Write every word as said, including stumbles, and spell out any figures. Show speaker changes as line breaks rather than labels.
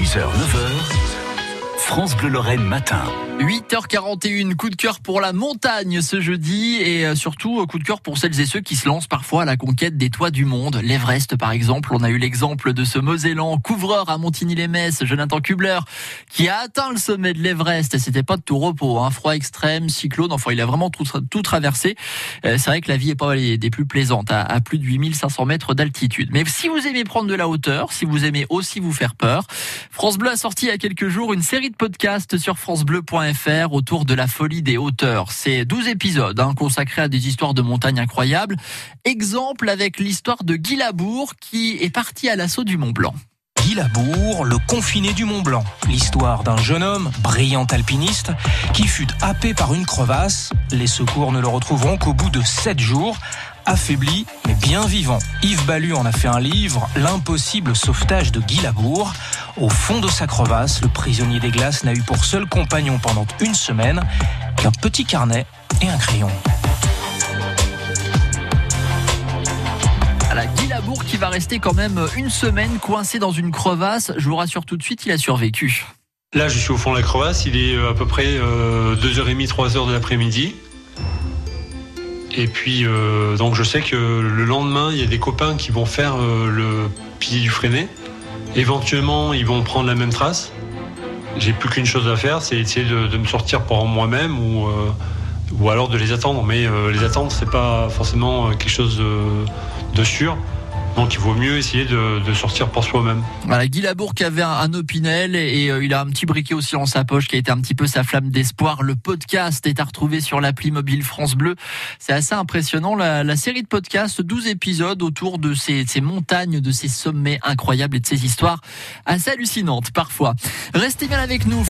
six heures neuf heures, France Bleu Lorraine matin.
huit heures quarante et une, coup de cœur pour la montagne ce jeudi et surtout coup de cœur pour celles et ceux qui se lancent parfois à la conquête des toits du monde. L'Everest par exemple, on a eu l'exemple de ce Mosellan couvreur à Montigny-lès-Metz, Jonathan Kubler, qui a atteint le sommet de l'Everest et c'était pas de tout repos, hein. Froid extrême, cyclone, enfin il a vraiment tout, tout traversé. C'est vrai que la vie est pas des plus plaisantes à, à plus de huit mille cinq cents mètres d'altitude. Mais si vous aimez prendre de la hauteur, si vous aimez aussi vous faire peur, France Bleu a sorti il y a quelques jours une série de podcasts sur francebleu point f r autour de la folie des hauteurs. C'est douze épisodes hein, consacrés à des histoires de montagne incroyables. Exemple avec l'histoire de Guy Labour qui est parti à l'assaut du Mont Blanc.
Guy Labour, le confiné du Mont Blanc. L'histoire d'un jeune homme, brillant alpiniste, qui fut happé par une crevasse. Les secours ne le retrouveront qu'au bout de sept jours. Affaibli, mais bien vivant. Yves Ballu en a fait un livre, L'impossible sauvetage de Guy Labour. Au fond de sa crevasse, le prisonnier des glaces n'a eu pour seul compagnon pendant une semaine qu'un petit carnet et un crayon.
Voilà, Guy Labour qui va rester quand même une semaine coincé dans une crevasse. Je vous rassure tout de suite, il a survécu.
Là, je suis au fond de la crevasse. Il est à peu près deux heures trente, trois heures de l'après-midi. Et puis, euh, donc je sais que le lendemain, il y a des copains qui vont faire euh, le pilier du Fresnay. Éventuellement, ils vont prendre la même trace. J'ai plus qu'une chose à faire, c'est essayer de, de me sortir par moi-même ou, euh, ou alors de les attendre. Mais euh, les attendre, c'est pas forcément quelque chose de, de sûr. Donc il vaut mieux essayer de, de sortir par soi-même.
Voilà, Guy Labour qui avait un, un Opinel et euh, il a un petit briquet aussi dans sa poche qui a été un petit peu sa flamme d'espoir. Le podcast est à retrouver sur l'appli mobile France Bleu. C'est assez impressionnant, la, la série de podcasts, douze épisodes autour de ces, ces montagnes, de ces sommets incroyables et de ces histoires assez hallucinantes parfois. Restez bien avec nous.